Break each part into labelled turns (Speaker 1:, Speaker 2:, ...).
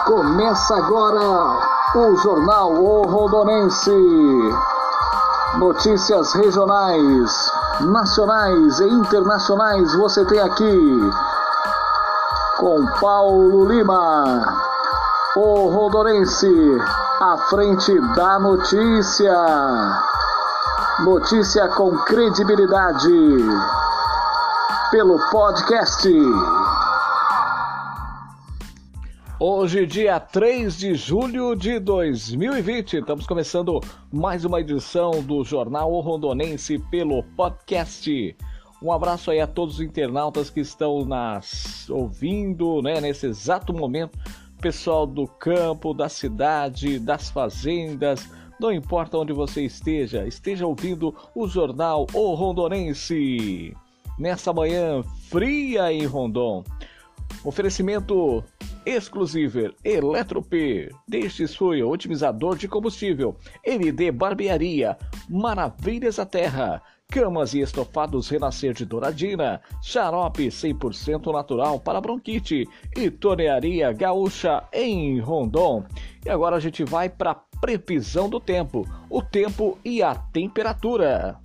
Speaker 1: Começa agora o Jornal O Rondonense. Notícias regionais, nacionais e internacionais você tem aqui com Paulo Lima. O Rondonense, à frente da notícia. Notícia com credibilidade pelo podcast. Hoje, dia 3 de julho de 2020, estamos começando mais uma edição do Jornal O Rondonense pelo podcast. Um abraço aí a todos os internautas que estão ouvindo, nesse exato momento. Pessoal do campo, da cidade, das fazendas, não importa onde você esteja ouvindo o Jornal O Rondonense. Nessa manhã fria em Rondon. Oferecimento exclusivo Eletrop, Deixe Soia, otimizador de combustível, MD Barbearia, Maravilhas da Terra, Camas e Estofados Renascer de Douradina, Xarope 100% natural para bronquite e Tornearia Gaúcha em Rondon. E agora a gente vai para a previsão do tempo, o tempo e a temperatura.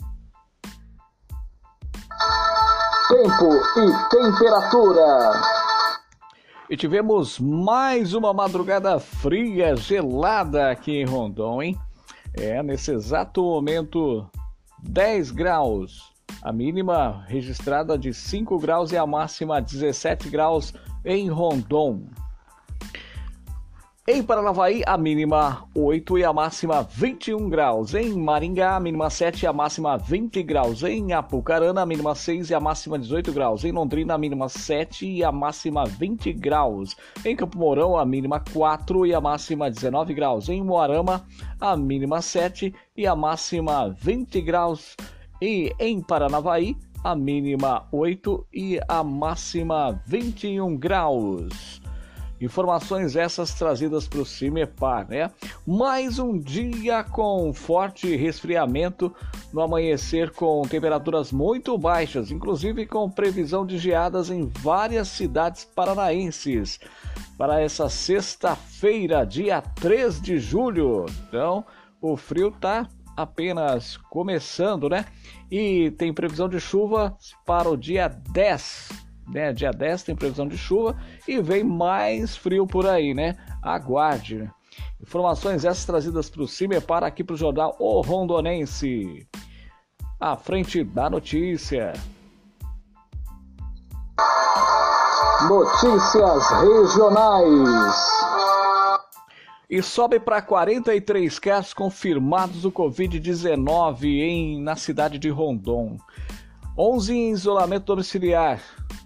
Speaker 1: Tempo e temperatura. E tivemos mais uma madrugada fria, gelada aqui em Rondon, hein? Nesse exato momento, 10 graus. A mínima registrada de 5 graus e a máxima 17 graus em Rondon. Em Paranavaí, a mínima 8 e a máxima 21 graus. Em Maringá, a mínima 7 e a máxima 20 graus. Em Apucarana, a mínima 6 e a máxima 18 graus. Em Londrina, a mínima 7 e a máxima 20 graus. Em Campo Mourão, a mínima 4 e a máxima 19 graus. Em Moarama, a mínima 7 e a máxima 20 graus. E em Paranavaí, a mínima 8 e a máxima 21 graus. Informações essas trazidas para o CIMEPAR, Mais um dia com forte resfriamento no amanhecer, com temperaturas muito baixas, inclusive com previsão de geadas em várias cidades paranaenses para essa sexta-feira, dia 3 de julho. Então, o frio está apenas começando, E tem previsão de chuva para o dia 10. Dia 10 tem previsão de chuva e vem mais frio por aí, Aguarde. Informações essas trazidas para o CIMEPAR aqui para o Jornal O Rondonense. À frente da notícia. Notícias regionais. E sobe para 43 casos confirmados do Covid-19 na cidade de Rondon. 11 em isolamento domiciliar.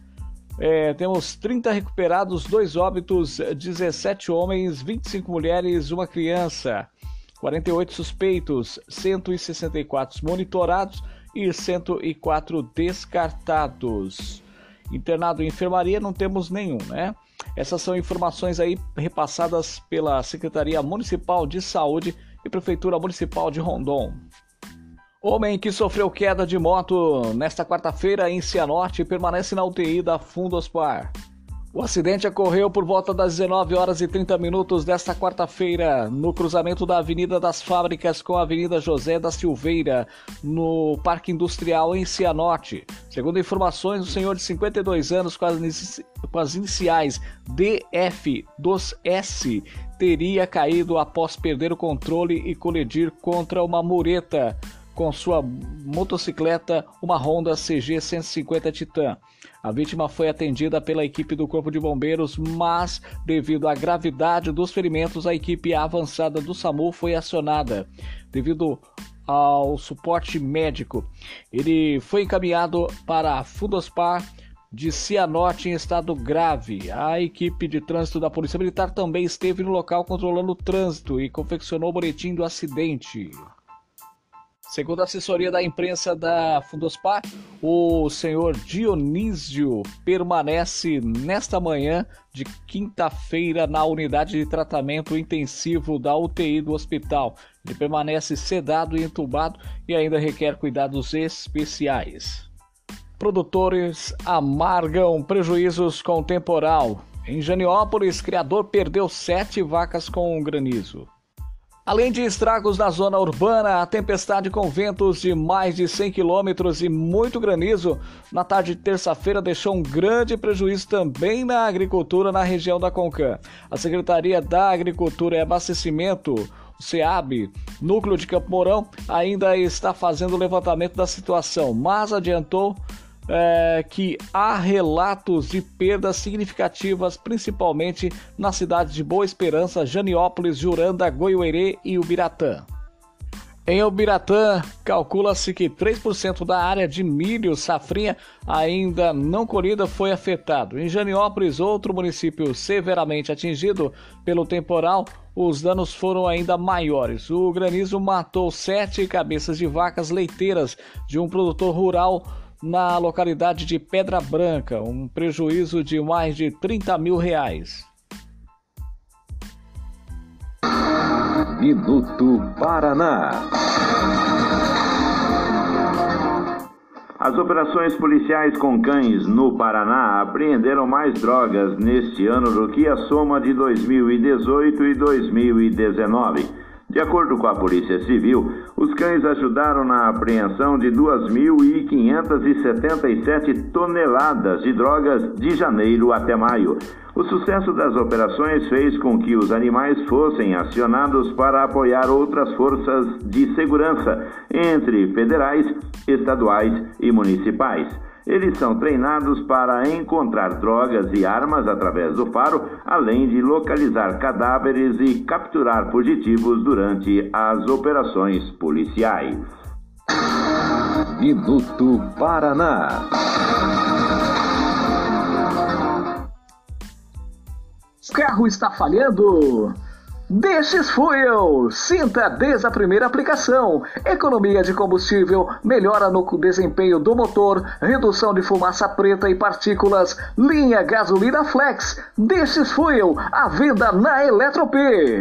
Speaker 1: Temos 30 recuperados, 2 óbitos, 17 homens, 25 mulheres, 1 criança, 48 suspeitos, 164 monitorados e 104 descartados. Internado em enfermaria não temos nenhum, Essas são informações aí repassadas pela Secretaria Municipal de Saúde e Prefeitura Municipal de Rondon. Homem que sofreu queda de moto nesta quarta-feira em Cianorte permanece na UTI da Fundospar. O acidente ocorreu por volta das 19 horas e 30 minutos desta quarta-feira, no cruzamento da Avenida das Fábricas com a Avenida José da Silveira, no Parque Industrial em Cianorte. Segundo informações, o senhor de 52 anos com as iniciais DF dos S teria caído após perder o controle e colidir contra uma mureta com sua motocicleta, uma Honda CG 150 Titan. A vítima foi atendida pela equipe do Corpo de Bombeiros, mas, devido à gravidade dos ferimentos, a equipe avançada do SAMU foi acionada. Devido ao suporte médico, ele foi encaminhado para a Fundospar de Cianorte em estado grave. A equipe de trânsito da Polícia Militar também esteve no local controlando o trânsito e confeccionou o boletim do acidente. Segundo a assessoria da imprensa da Fundospar, o senhor Dionísio permanece nesta manhã de quinta-feira na unidade de tratamento intensivo da UTI do hospital. Ele permanece sedado e entubado e ainda requer cuidados especiais. Produtores amargam prejuízos com o temporal. Em Janiópolis, criador perdeu 7 vacas com granizo. Além de estragos na zona urbana, a tempestade com ventos de mais de 100 km e muito granizo na tarde de terça-feira deixou um grande prejuízo também na agricultura na região da Concam. A Secretaria da Agricultura e Abastecimento, o SEAB, Núcleo de Campo Mourão, ainda está fazendo o levantamento da situação, mas adiantou que há relatos de perdas significativas, principalmente nas cidades de Boa Esperança, Janiópolis, Juranda, Goiuerê e Ubiratã. Em Ubiratã, calcula-se que 3% da área de milho safrinha ainda não colhida foi afetado. Em Janiópolis, outro município severamente atingido pelo temporal, os danos foram ainda maiores. O granizo matou 7 cabeças de vacas leiteiras de um produtor rural na localidade de Pedra Branca, um prejuízo de mais de R$30 mil.
Speaker 2: Minuto Paraná.
Speaker 3: As operações policiais com cães no Paraná apreenderam mais drogas neste ano do que a soma de 2018 e 2019. De acordo com a Polícia Civil, os cães ajudaram na apreensão de 2.577 toneladas de drogas de janeiro até maio. O sucesso das operações fez com que os animais fossem acionados para apoiar outras forças de segurança, entre federais, estaduais e municipais. Eles são treinados para encontrar drogas e armas através do faro, além de localizar cadáveres e capturar fugitivos durante as operações policiais.
Speaker 2: Minuto Paraná.
Speaker 1: O carro está falhando? DX Fuel, sinta desde a primeira aplicação, economia de combustível, melhora no desempenho do motor, redução de fumaça preta e partículas, linha gasolina flex, DX Fuel, à venda na Eletro-P.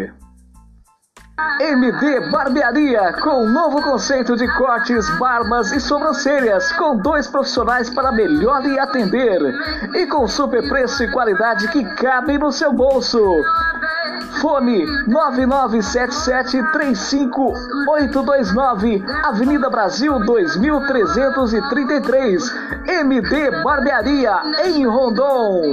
Speaker 1: MD Barbearia, com um novo conceito de cortes, barbas e sobrancelhas, com 2 profissionais para melhor lhe atender, e com super preço e qualidade que cabem no seu bolso. Fone 997735829, Avenida Brasil 2333, MD Barbearia, em Rondon.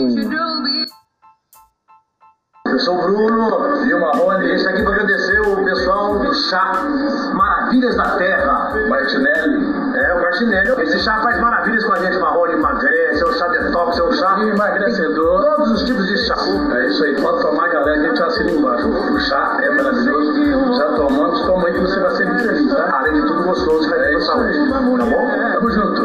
Speaker 4: Eu sou o Bruno e o Marrone, a gente está aqui para agradecer o pessoal do chá Maravilhas da Terra, Martinelli. O Martinelli, esse chá faz maravilhas com a gente, Marrone, emagrece, é um chá detox, é um chá emagrecedor, todos os tipos de chá. É isso aí, pode tomar, galera, que a gente assina embaixo. O chá é maravilhoso, já tomamos, toma aí que você vai ser muito feliz, tá? Além de tudo gostoso, vai ter pra saúde, tá bom? Tamo junto.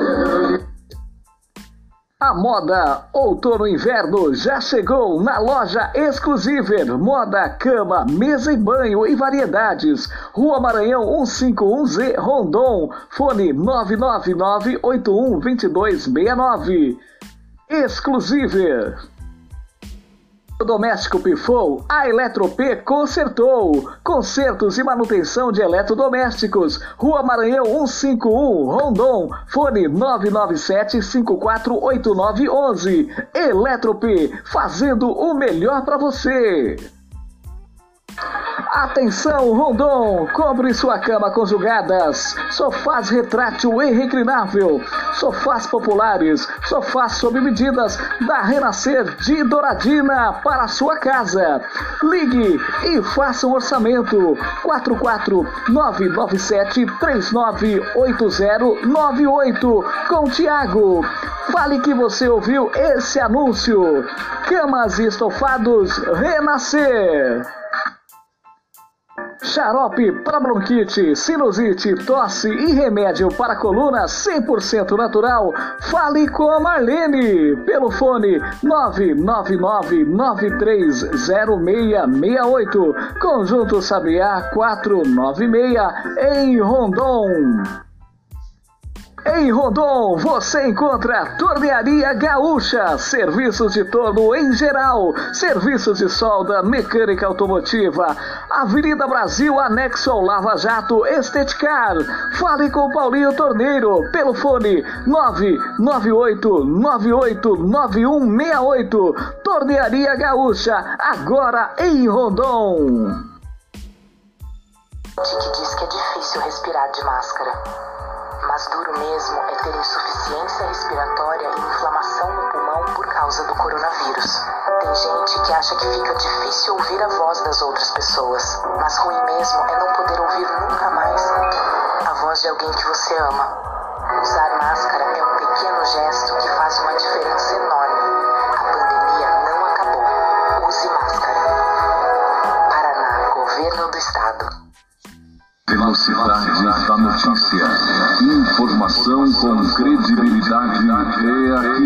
Speaker 1: A moda outono e inverno já chegou na loja Exclusiver. Moda, cama, mesa e banho e variedades. Rua Maranhão 151Z, Rondon. Fone 999812269. Exclusiver. O doméstico pifou, a Eletro-P consertou. Consertos e manutenção de eletrodomésticos. Rua Maranhão 151, Rondon. Fone 997548911. Eletro-P, fazendo o melhor para você. Atenção, Rondon! Compre sua cama conjugadas, sofás retrátil e reclinável, sofás populares, sofás sob medidas da Renascer de Douradina para a sua casa. Ligue e faça um orçamento. 44997398098 com Tiago. Fale que você ouviu esse anúncio. Camas e estofados Renascer. Xarope para bronquite, sinusite, tosse e remédio para coluna 100% natural. Fale com a Marlene pelo fone 999930668. Conjunto Sabiá 496 em Rondon. Em Rondon, você encontra Tornearia Gaúcha, serviços de torno em geral, serviços de solda, mecânica automotiva, Avenida Brasil, anexo ao Lava Jato, Esteticar. Fale com Paulinho Torneiro, pelo fone 998989168. Tornearia Gaúcha, agora em Rondon.
Speaker 5: Que diz que é difícil respirar de máscara. Mas duro mesmo é ter insuficiência respiratória e inflamação no pulmão por causa do coronavírus. Tem gente que acha que fica difícil ouvir a voz das outras pessoas, mas ruim mesmo é não poder ouvir nunca mais a voz de alguém que você ama. Usar máscara é um pequeno gesto que faz uma diferença enorme. A pandemia não acabou. Use máscara. Paraná, Governo do Estado.
Speaker 2: Velocidade da notícia. Informação com credibilidade é aqui.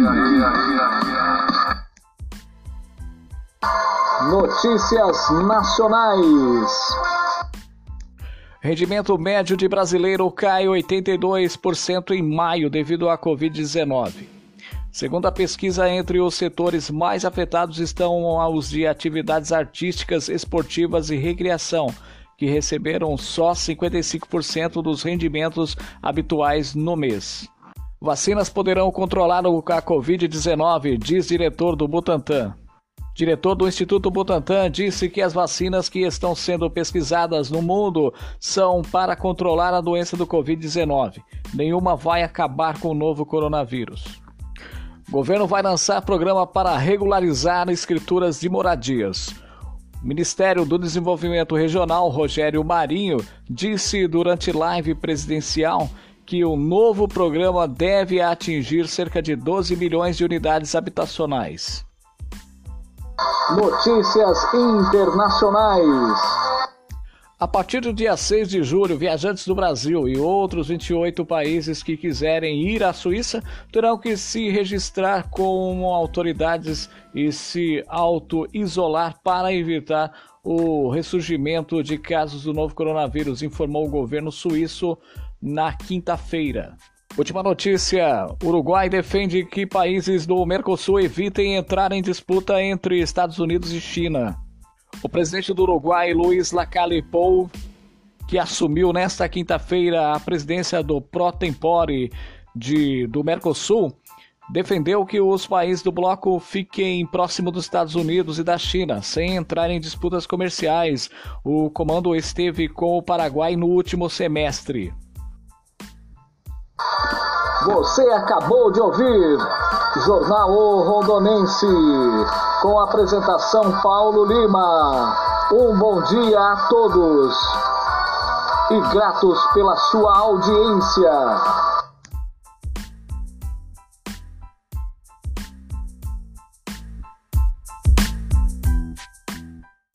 Speaker 1: Notícias nacionais. Rendimento médio de brasileiro cai 82% em maio devido à Covid-19. Segundo a pesquisa, entre os setores mais afetados estão os de atividades artísticas, esportivas e recreação, que receberam só 55% dos rendimentos habituais no mês. Vacinas poderão controlar a Covid-19, diz diretor do Butantan. Diretor do Instituto Butantan disse que as vacinas que estão sendo pesquisadas no mundo são para controlar a doença do Covid-19. Nenhuma vai acabar com o novo coronavírus. O governo vai lançar programa para regularizar escrituras de moradias. O Ministério do Desenvolvimento Regional, Rogério Marinho, disse durante live presidencial que o novo programa deve atingir cerca de 12 milhões de unidades habitacionais. Notícias internacionais. A partir do dia 6 de julho, viajantes do Brasil e outros 28 países que quiserem ir à Suíça terão que se registrar com autoridades e se auto-isolar para evitar o ressurgimento de casos do novo coronavírus, informou o governo suíço na quinta-feira. Última notícia: Uruguai defende que países do Mercosul evitem entrar em disputa entre Estados Unidos e China. O presidente do Uruguai, Luiz Lacalle Pou, que assumiu nesta quinta-feira a presidência do Pro Tempore do Mercosul, defendeu que os países do bloco fiquem próximo dos Estados Unidos e da China, sem entrar em disputas comerciais. O comando esteve com o Paraguai no último semestre. Você acabou de ouvir Jornal O Rondonense, com a apresentação Paulo Lima. Um bom dia a todos e gratos pela sua audiência.